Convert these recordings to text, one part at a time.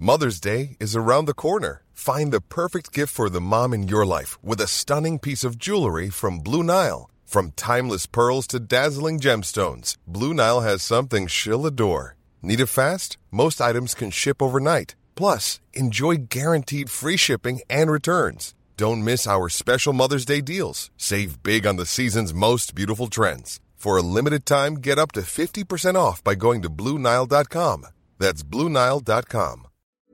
Mother's Day is around the corner. Find the perfect gift for the mom in your life with a stunning piece of jewelry from Blue Nile. From timeless pearls to dazzling gemstones, Blue Nile has something she'll adore. Need it fast? Most items can ship overnight. Plus, enjoy guaranteed free shipping and returns. Don't miss our special Mother's Day deals. Save big on the season's most beautiful trends. For a limited time, get up to 50% off by going to BlueNile.com. That's BlueNile.com.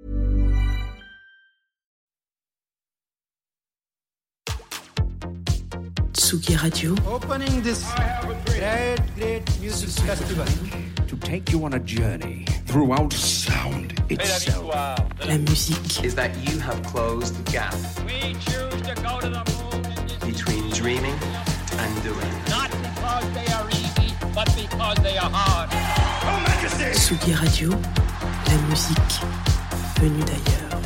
Tsugi Radio. Opening this great music festival. To take you on a journey throughout sound itself. La musique. Is that you have closed the gap. We choose to go to the moon. Between dreaming and doing. Not because they are easy, but because they are hard. Oh, Majesty! Tsugi Radio. La musique venue d'ailleurs.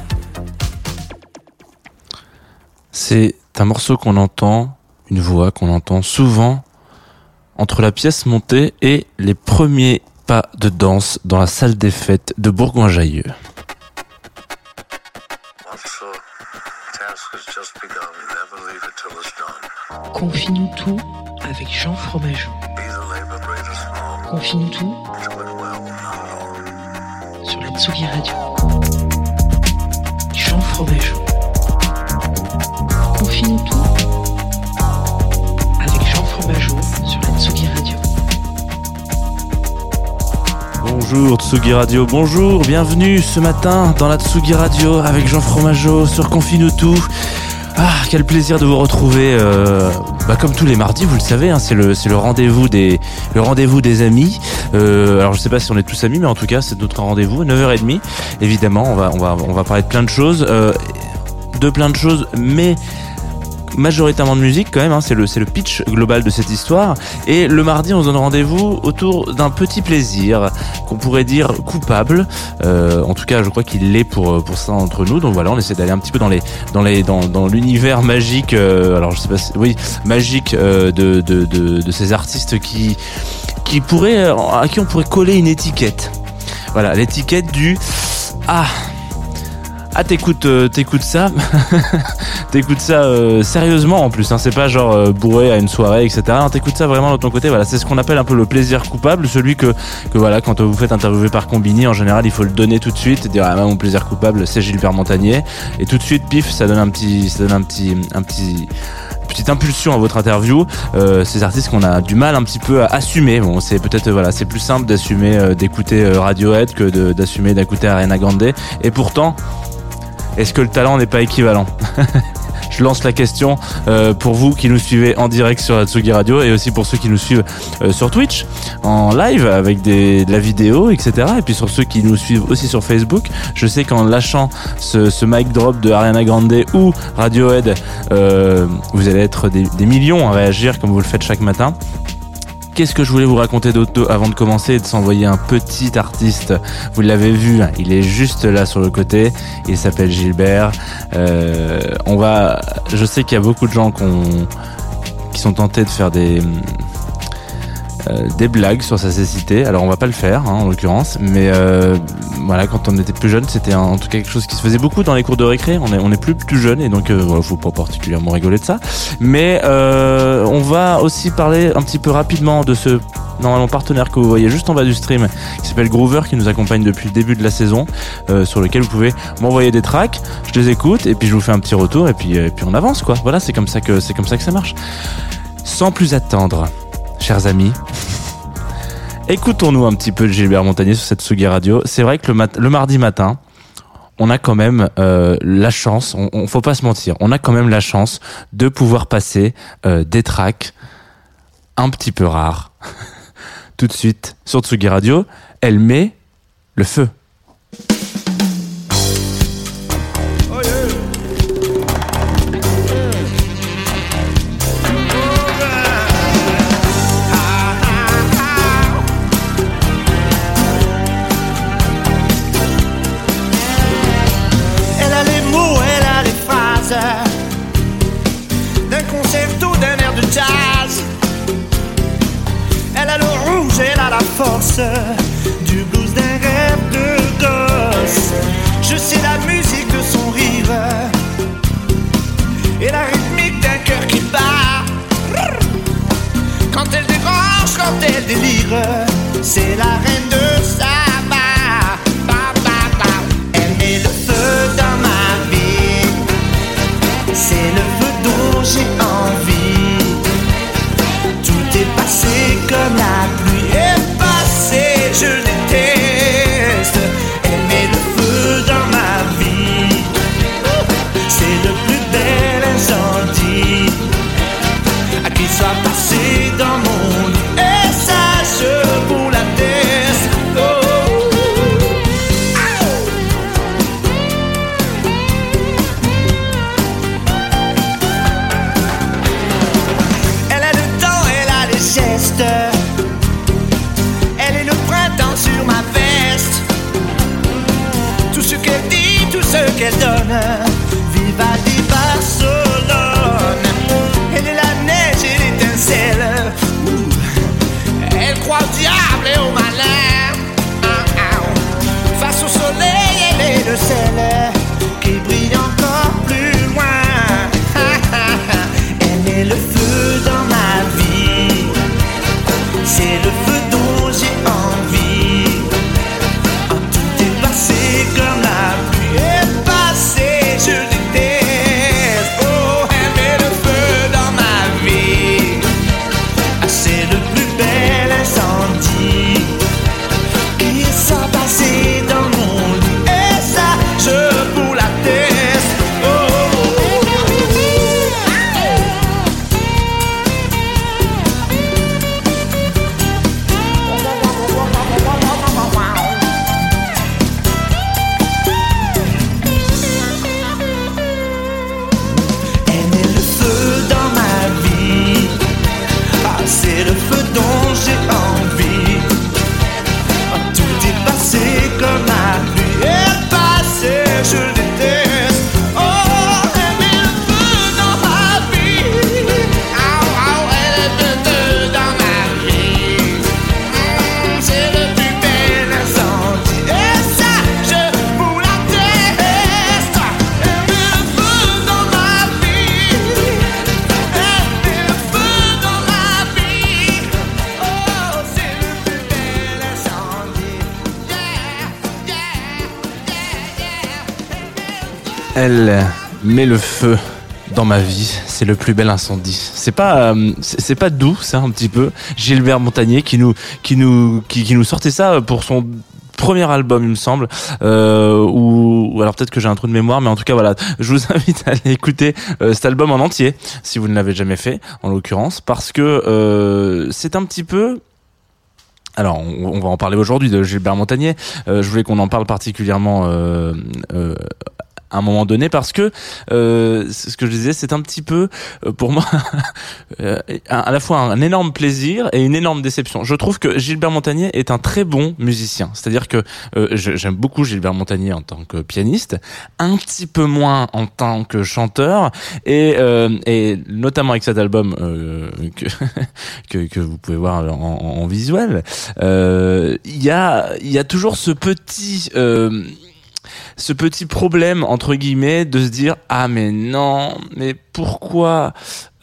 C'est un morceau qu'on entend, une voix qu'on entend souvent entre la pièce montée et les premiers pas de danse dans la salle des fêtes de Bourgoin-Jallieu. Confie-nous tout avec Jean Fromageau. Confie-nous tout sur la Tsugi Radio. Jean Fromageau. Confie-nous tout avec Jean Fromageau sur la Tsugi Radio. Bonjour Tsugi Radio, bonjour, bienvenue ce matin dans la Tsugi Radio avec Jean Fromageau sur Confie-nous tout. Ah, quel plaisir de vous retrouver, comme tous les mardis, vous le savez, hein, c'est le rendez-vous des amis. Alors je sais pas si on est tous amis, mais en tout cas c'est notre rendez-vous, 9h30. Évidemment, on va parler de plein de choses, mais majoritairement de musique quand même, hein, c'est le pitch global de cette histoire. Et le mardi, on se donne rendez-vous autour d'un petit plaisir qu'on pourrait dire coupable. En tout cas, je crois qu'il l'est pour certains d'entre nous. Donc voilà, on essaie d'aller un petit peu dans l'univers magique. Alors je sais pas, magique de ces artistes qui pourraient, à qui on pourrait coller une étiquette. Voilà, l'étiquette du t'écoutes ça t'écoutes ça sérieusement en plus, hein, c'est pas genre bourré à une soirée etc. Non, t'écoutes ça vraiment de ton côté. Voilà, c'est ce qu'on appelle un peu le plaisir coupable, celui que voilà, quand vous faites interviewer par Combini, en général il faut le donner tout de suite et dire mon plaisir coupable c'est Gilbert Montagnier, et tout de suite pif, ça donne petite impulsion à votre interview. Ces artistes qu'on a du mal un petit peu à assumer. Bon, c'est peut-être c'est plus simple d'assumer d'écouter Radiohead que d'assumer d'écouter Ariana Grande. Et pourtant, est-ce que le talent n'est pas équivalent? Je lance la question pour vous qui nous suivez en direct sur la Tsugi Radio, et aussi pour ceux qui nous suivent sur Twitch en live avec de la vidéo, etc. Et puis sur ceux qui nous suivent aussi sur Facebook. Je sais qu'en lâchant ce mic drop de Ariana Grande ou Radiohead, vous allez être des millions à réagir comme vous le faites chaque matin. Qu'est-ce que je voulais vous raconter d'autre avant de commencer et de s'envoyer un petit artiste? Vous l'avez vu, il est juste là sur le côté. Il s'appelle Gilbert. Je sais qu'il y a beaucoup de gens qui sont tentés de faire des blagues sur sa cécité. Alors on va pas le faire, en l'occurrence, mais voilà, quand on était plus jeune, c'était en tout cas quelque chose qui se faisait beaucoup dans les cours de récré. On est plus jeune, et donc faut pas particulièrement rigoler de ça. Mais on va aussi parler un petit peu rapidement de ce normalement partenaire que vous voyez juste en bas du stream, qui s'appelle Groover, qui nous accompagne depuis le début de la saison, sur lequel vous pouvez m'envoyer des tracks, je les écoute et puis je vous fais un petit retour, et puis on avance quoi. Voilà, c'est comme ça que ça marche. Sans plus attendre, chers amis, écoutons-nous un petit peu de Gilbert Montagnier sur cette Tsugi Radio. C'est vrai que le mardi matin, on a quand même la chance, on faut pas se mentir, on a quand même la chance de pouvoir passer des tracks un petit peu rares. Tout de suite, sur Tsugi Radio, elle met le feu. D'un concerto, d'un air de jazz. Elle a le rouge, elle a la force du blues d'un rêve de gosse. Je ce qu'elle donne. Vivaldi, Barcelone. Elle est la neige et l'étincelle. Elle croit au diable et au malin. Face au soleil, elle est le sel qui brille encore plus loin. Elle est le feu dans ma vie. C'est le feu dont j'ai envie. Tout est passé comme la pluie est passée. Je déteste. Oh, elle met le feu dans ma vie. C'est le plus bel incendie qui s'est passé dans mon lit. Et ça, je vous l'atteste. C'est le feu dont j'ai envie. Tout est passé comme la pluie est passée. Je déteste. Oh, elle met le feu dans ma vie. Elle met le feu dans ma vie. C'est le plus bel incendie. Et ça, je vous l'atteste. Elle met le feu dans ma vie. Elle met le feu dans ma vie. Oh, c'est le plus bel incendie. Elle met le feu dans ma vie, c'est le plus bel incendie. C'est pas doux, ça, un petit peu. Gilbert Montagné qui nous sortait ça pour son premier album, il me semble, ou alors peut-être que j'ai un trou de mémoire, mais en tout cas voilà, je vous invite à aller écouter cet album en entier si vous ne l'avez jamais fait, en l'occurrence, parce que c'est un petit peu. Alors, on va en parler aujourd'hui de Gilbert Montagné. Je voulais qu'on en parle particulièrement à un moment donné parce que ce que je disais, c'est un petit peu pour moi à la fois un énorme plaisir et une énorme déception. Je trouve que Gilbert Montagné est un très bon musicien. C'est-à-dire que j'aime beaucoup Gilbert Montagné en tant que pianiste, un petit peu moins en tant que chanteur, et notamment avec cet album que vous pouvez voir en visuel. Il y a toujours ce petit problème entre guillemets de se dire ah mais non, mais pourquoi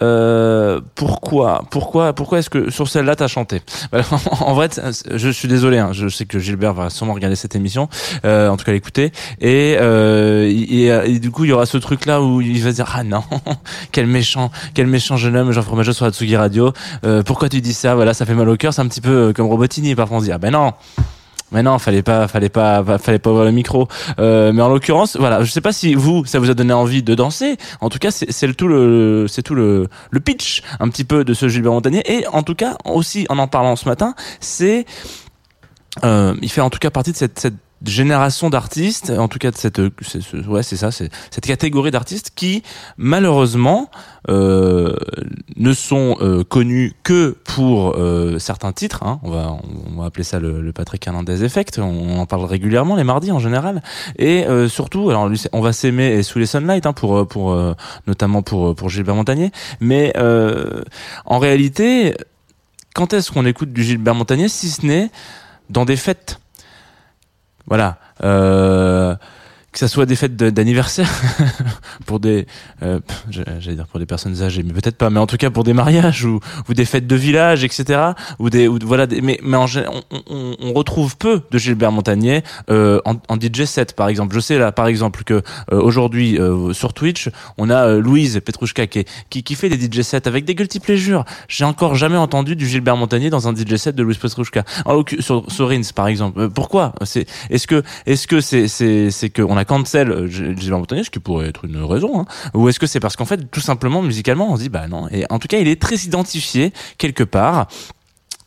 est-ce que sur celle-là t'as chanté? En vrai, je suis désolé, hein, je sais que Gilbert va sûrement regarder cette émission, en tout cas l'écouter, et du coup il y aura ce truc-là où il va se dire ah non, quel méchant jeune homme Jean Fromageau sur Atsugi Radio, pourquoi tu dis ça? Voilà, ça fait mal au cœur, c'est un petit peu comme Robotini, parfois on se dit ah ben non. Mais non, fallait pas ouvrir le micro. Mais en l'occurrence, voilà, je sais pas si ça vous a donné envie de danser. En tout cas, c'est tout le pitch un petit peu de ce Gilbert Montagné. Et en tout cas, aussi en parlant ce matin, il fait en tout cas partie de cette génération d'artistes, en tout cas de cette catégorie d'artistes qui malheureusement ne sont connus que pour certains titres, hein. On va appeler ça le Patrick Hernandez Effect, on en parle régulièrement les mardis en général, et surtout alors lui, on va s'aimer et sous les Sunlight, hein, pour notamment pour Gilbert Montagné, mais en réalité quand est-ce qu'on écoute du Gilbert Montagné si ce n'est dans des fêtes? Voilà, que ça soit des fêtes d'anniversaire pour des j'allais dire pour des personnes âgées, mais peut-être pas, mais en tout cas pour des mariages ou des fêtes de village, etc. Mais on retrouve peu de Gilbert Montagné en DJ set, par exemple. Je sais là par exemple que aujourd'hui sur Twitch on a Louise Petrouchka qui fait des DJ sets avec des guilty pleasures. J'ai encore jamais entendu du Gilbert Montagné dans un DJ set de Louise Petrouchka. Sur Rins par exemple. Pourquoi? Est-ce que c'est que on a cancel Gilbert Montagné, ce qui pourrait être une raison, hein, ou est-ce que c'est parce qu'en fait tout simplement musicalement on se dit bah non, et en tout cas il est très identifié quelque part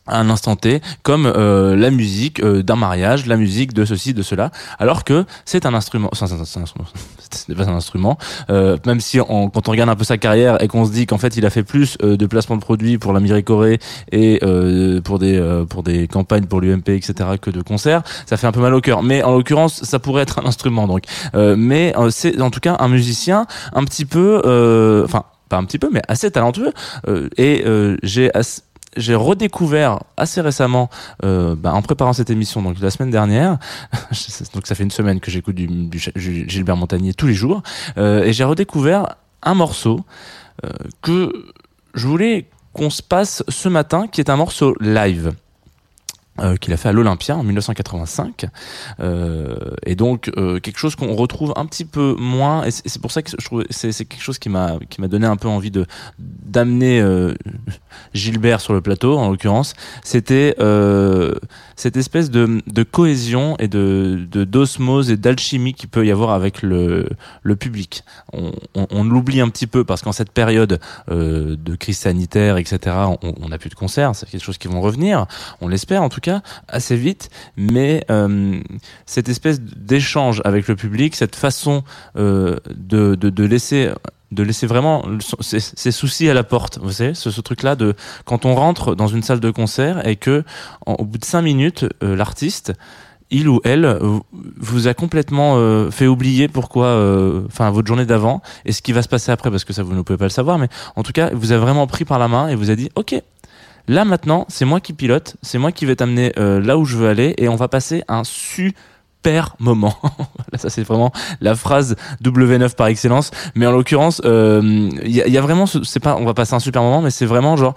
à un instant T, comme la musique d'un mariage, la musique de ceci, de cela, alors que c'est un instrument. Ce n'est pas un instrument. Même si quand on regarde un peu sa carrière et qu'on se dit qu'en fait il a fait plus de placements de produits pour la Miricorée et pour des campagnes pour l'UMP, etc., que de concerts, ça fait un peu mal au cœur. Mais en l'occurrence, ça pourrait être un instrument. Donc, mais c'est en tout cas un musicien un petit peu, enfin pas un petit peu, mais assez talentueux. J'ai redécouvert assez récemment, en préparant cette émission, donc la semaine dernière, donc ça fait une semaine que j'écoute du Gilbert Montagné tous les jours, et j'ai redécouvert un morceau que je voulais qu'on se passe ce matin, qui est un morceau live. Qu'il a fait à l'Olympia en 1985, et donc quelque chose qu'on retrouve un petit peu moins, et c'est pour ça que je trouve c'est quelque chose qui m'a donné un peu envie d'amener Gilbert sur le plateau. En l'occurrence, c'était cette espèce de cohésion et d'osmose et d'alchimie qu'il peut y avoir avec le public. On l'oublie un petit peu parce qu'en cette période de crise sanitaire, etc., on n'a plus de concerts. C'est quelque chose qui vont revenir, on l'espère en tout cas assez vite, mais cette espèce d'échange avec le public, cette façon de laisser vraiment ses soucis à la porte, vous savez, ce truc-là de quand on rentre dans une salle de concert et que au bout de 5 minutes, l'artiste, il ou elle, vous a complètement fait oublier votre journée d'avant et ce qui va se passer après, parce que ça vous ne pouvez pas le savoir, mais en tout cas, vous a vraiment pris par la main et vous a dit ok, là maintenant c'est moi qui pilote, c'est moi qui vais t'amener là où je veux aller, et on va passer un super moment. Là, ça c'est vraiment la phrase W9 par excellence, mais en l'occurrence y a vraiment c'est pas on va passer un super moment, mais c'est vraiment genre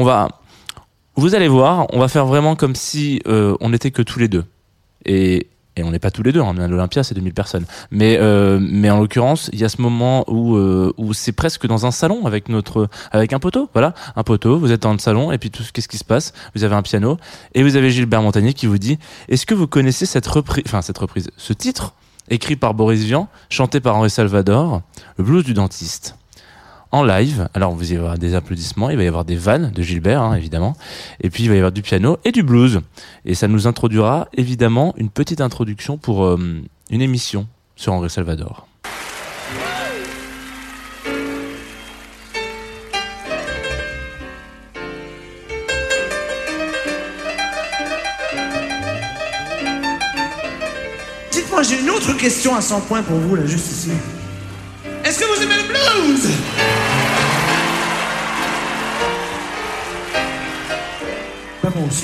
vous allez voir, on va faire vraiment comme si on n'était que tous les deux, et on n'est pas tous les deux, hein, à l'Olympia c'est 2000 personnes, mais en l'occurrence il y a ce moment où c'est presque dans un salon avec un poteau, voilà, un poteau, vous êtes dans le salon, et puis qu'est-ce qui se passe, vous avez un piano et vous avez Gilbert Montagné qui vous dit: est-ce que vous connaissez cette reprise, ce titre écrit par Boris Vian, chanté par Henri Salvador, le blues du dentiste, en live. Alors vous allez avoir des applaudissements, il va y avoir des vannes de Gilbert, hein, évidemment, et puis il va y avoir du piano et du blues, et ça nous introduira évidemment une petite introduction pour une émission sur Henri Salvador. Dites-moi, j'ai une autre question à 100 points pour vous, là, juste ici. Est-ce que vous aimez le blues? Ben moi aussi.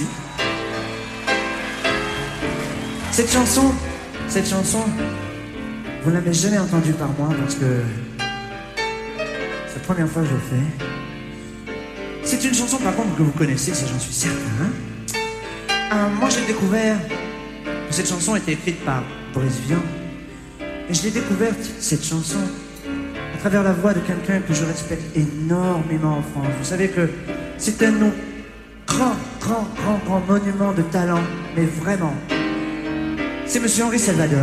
Cette chanson, vous ne l'avez jamais entendue par moi parce que c'est la première fois que je le fais. C'est une chanson par contre que vous connaissez, ça j'en suis certain. Moi j'ai découvert que cette chanson était écrite par Boris Vian. Et je l'ai découverte, cette chanson, à travers la voix de quelqu'un que je respecte énormément en France. Vous savez que c'est un de nos grands monuments de talent, mais vraiment. C'est Monsieur Henri Salvador.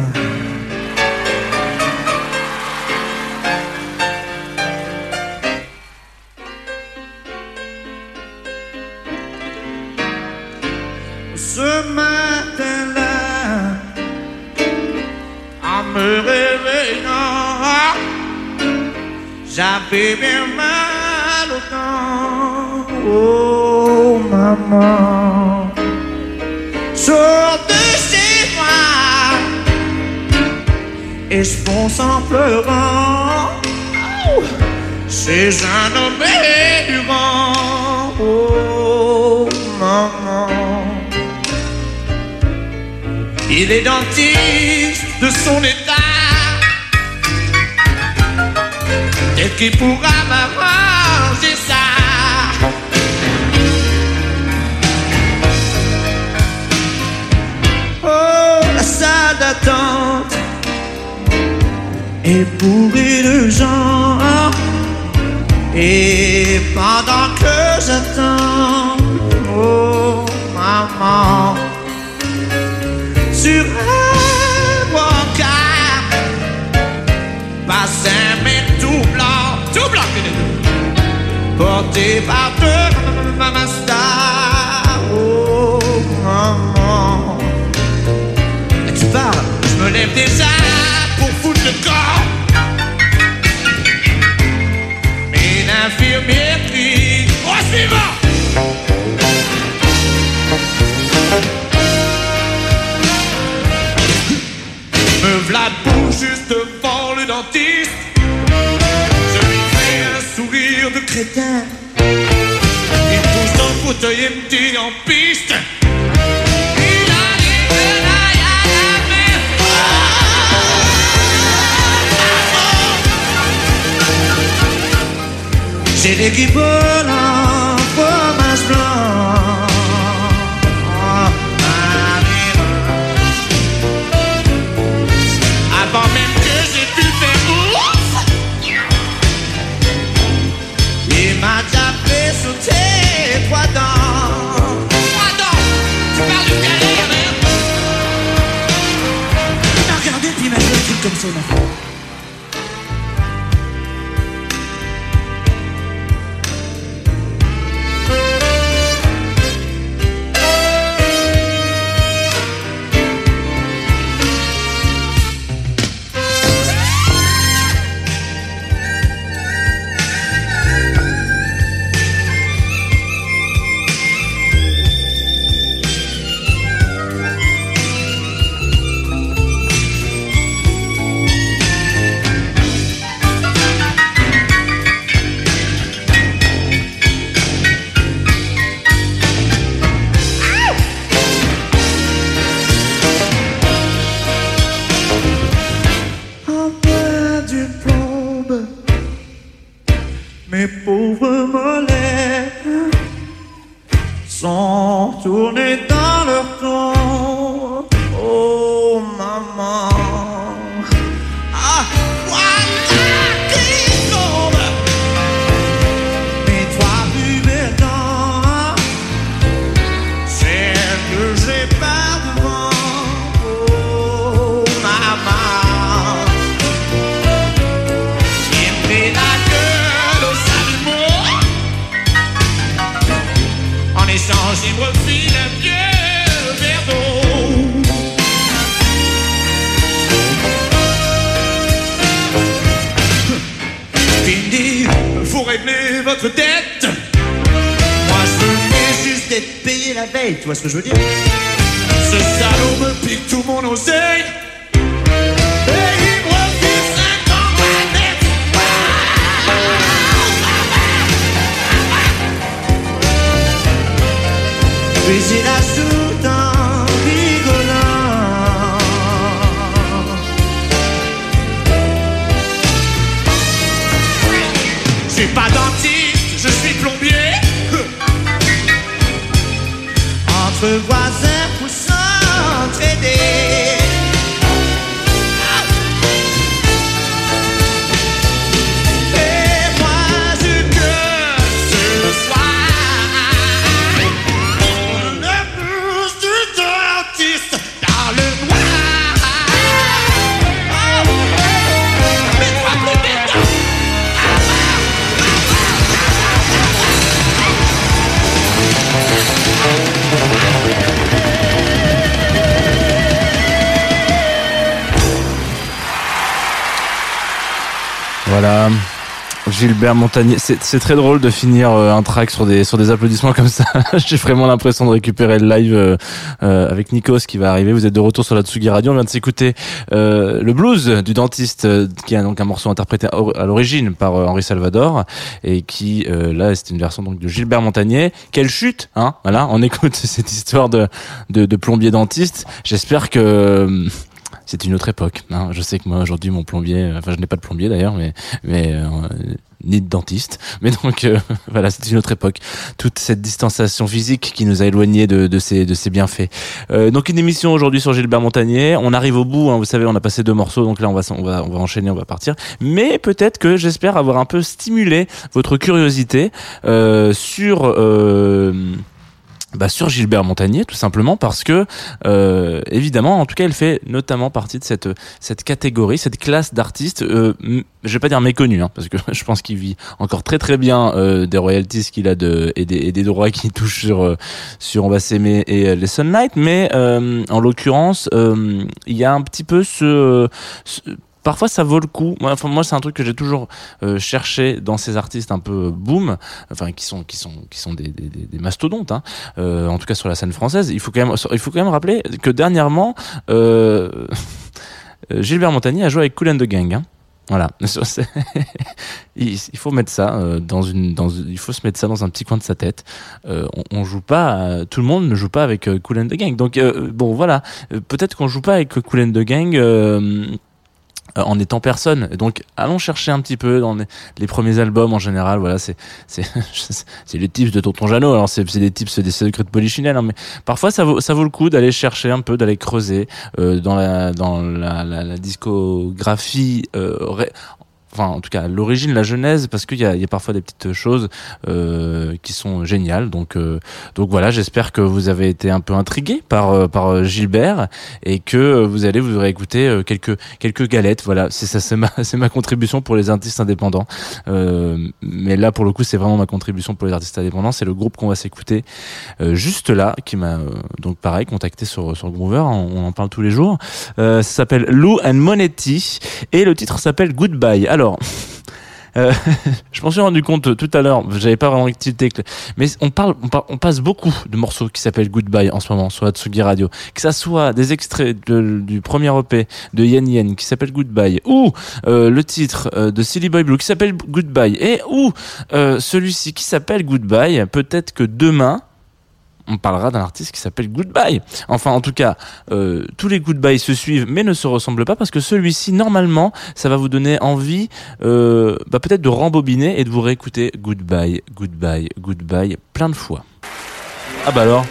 Ce matin-là, en me réveillant, j'avais bien mal au temps. Oh maman, sors de chez moi et je fonce en pleurant chez un homme errant. Oh maman, il est dentiste de son état. Est-ce qu'il pourra m'arranger ça? Oh, la salle d'attente est bourrée de gens. Et pendant que j'attends, oh maman, sur un brancard passe un mec tout blanc, porté par deux maman stars. Oh devant le dentiste. Je lui fais un sourire de crétin. Il pousse dans le fauteuil et me dit en piste. J'ai des guibolles en fromage blanc. Avant même que j'ai pu faire ouf, il m'a déjà fait sauter 3 dents. 3 dents? Tu parles de galère, hein? Il m'a regardé puis il m'a fait un truc comme ça, ma fille. Mes pauvres mollets sont tournés dans leur tombe. Oh maman, ah voilà qui tombe. Mes 3 plus belles dents, celles que j'ai pas devant. Oh maman, qui me fait la gueule au salumeau. En échange, il me file un vieux verre d'eau. Il me dit, faut régler votre dette. Moi, je veux juste être payé la veille, tu vois ce que je veux dire? Ce salaud me pique tout mon oseille. Et il me refile 5 ans ma dette. Puis il ajoute en rigolant. Je suis pas dentiste, je suis plombier. Entre voisins pour s'entraider. Et moi je gueule ce soir. Le blues du dentiste dans le noir. Mais toi plus bête. Voilà, Gilbert Montagnier. C'est très drôle de finir un track sur des applaudissements comme ça. J'ai vraiment l'impression de récupérer le live avec Nikos qui va arriver. Vous êtes de retour sur la Tsugi Radio. On vient de s'écouter le blues du dentiste, qui est donc un morceau interprété à l'origine par Henri Salvador et qui là c'est une version donc de Gilbert Montagnier. Quelle chute, hein? Voilà, on écoute cette histoire de plombier dentiste. J'espère que c'est une autre époque, hein. Je sais que moi aujourd'hui mon plombier, enfin je n'ai pas de plombier d'ailleurs, mais ni de dentiste, mais donc voilà, c'est une autre époque. Toute cette distanciation physique qui nous a éloignés de ces bienfaits. Donc une émission aujourd'hui sur Gilbert Montagnier. On arrive au bout, hein, vous savez, on a passé 2 morceaux, donc là on va enchaîner, on va partir. Mais peut-être que j'espère avoir un peu stimulé votre curiosité sur Gilbert Montagnier, tout simplement parce que évidemment, en tout cas, il fait notamment partie de cette catégorie, cette classe d'artistes. Je vais pas dire méconnus, hein, parce que je pense qu'il vit encore très très bien des royalties qu'il a et des droits qu'il touche sur On va s'aimer et les Sunlight, mais en l'occurrence, il y a un petit peu parfois ça vaut le coup. Moi c'est un truc que j'ai toujours cherché dans ces artistes un peu boom, enfin qui sont des mastodontes, hein. En tout cas sur la scène française. Il faut quand même rappeler que dernièrement Gilbert Montagnier a joué avec Kool and the Gang. Hein. Voilà. Il faut mettre ça il faut se mettre ça dans un petit coin de sa tête. On joue pas, tout le monde ne joue pas avec Kool and the Gang. Donc bon voilà, peut-être qu'on joue pas avec Kool and the Gang en étant personne. Donc allons chercher un petit peu dans les premiers albums en général. Voilà, c'est les tips de Tonton Jeannot. Alors c'est des tips des secrets de Polichinelle, hein, mais parfois ça vaut le coup d'aller chercher un peu, d'aller creuser dans la discographie. Enfin, en tout cas, l'origine, la genèse, parce qu'il y a parfois des petites choses qui sont géniales. Donc voilà, j'espère que vous avez été un peu intrigués par Gilbert et que vous allez vous réécouter quelques galettes. Voilà, c'est ma contribution pour les artistes indépendants. Mais là, pour le coup, c'est vraiment ma contribution pour les artistes indépendants. C'est le groupe qu'on va s'écouter juste là, qui m'a donc pareil contacté sur Groover. On en parle tous les jours. Ça s'appelle Lou and Monetti et le titre s'appelle Goodbye. Alors, je m'en suis rendu compte tout à l'heure, j'avais pas vraiment activité, mais on passe beaucoup de morceaux qui s'appellent Goodbye en ce moment sur la Tsugi Radio. Que ça soit des extraits du premier EP de Yen Yen qui s'appelle Goodbye, ou le titre de Silly Boy Blue qui s'appelle Goodbye, ou celui-ci qui s'appelle Goodbye. Peut-être que demain on parlera d'un artiste qui s'appelle Goodbye. Enfin, en tout cas, tous les Goodbye se suivent, mais ne se ressemblent pas, parce que celui-ci, normalement, ça va vous donner envie, peut-être de rembobiner et de vous réécouter Goodbye, Goodbye, Goodbye plein de fois. Ah bah alors.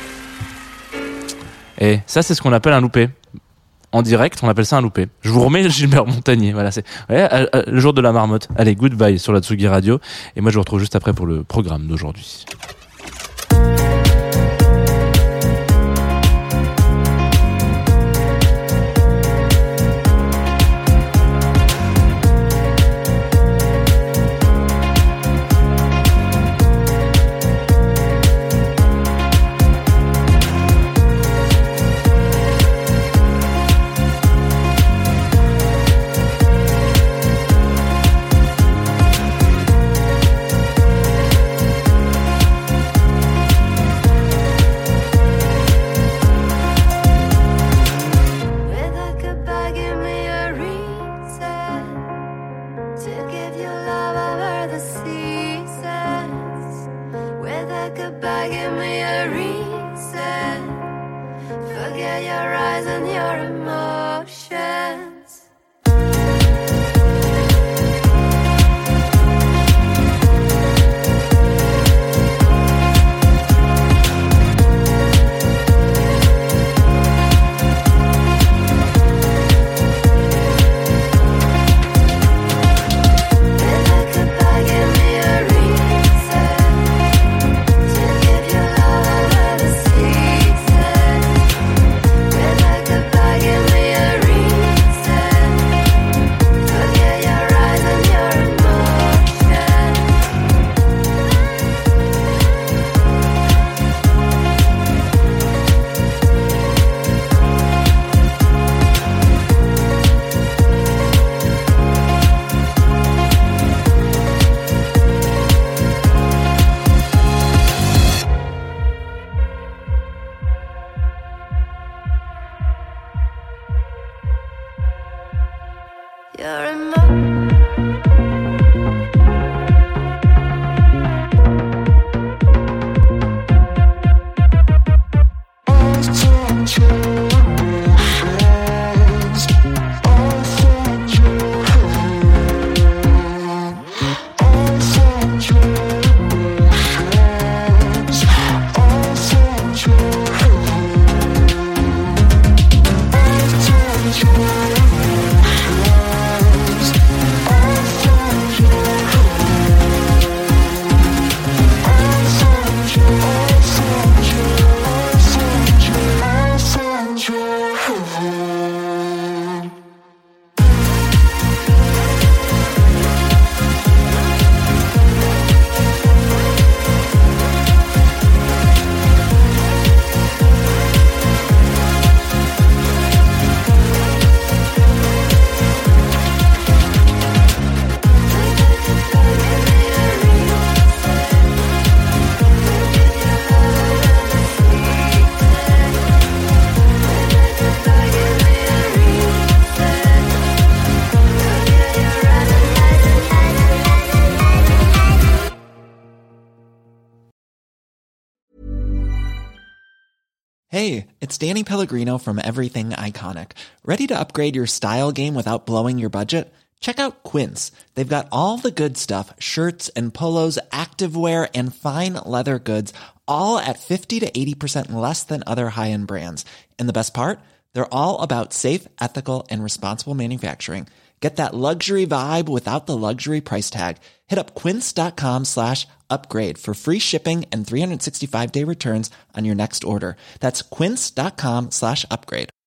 Et ça, c'est ce qu'on appelle un loupé. En direct, on appelle ça un loupé. Je vous remets Gilbert Montagnier. Voilà, c'est le jour de la marmotte. Allez, Goodbye sur la Tsugi Radio. Et moi, je vous retrouve juste après pour le programme d'aujourd'hui. Hey, it's Danny Pellegrino from Everything Iconic. Ready to upgrade your style game without blowing your budget? Check out Quince. They've got all the good stuff, shirts and polos, activewear, and fine leather goods, all at 50 to 80% less than other high-end brands. And the best part? They're all about safe, ethical, and responsible manufacturing. Get that luxury vibe without the luxury price tag. Hit up quince.com/upgrade for free shipping and 365-day returns on your next order. That's quince.com/upgrade.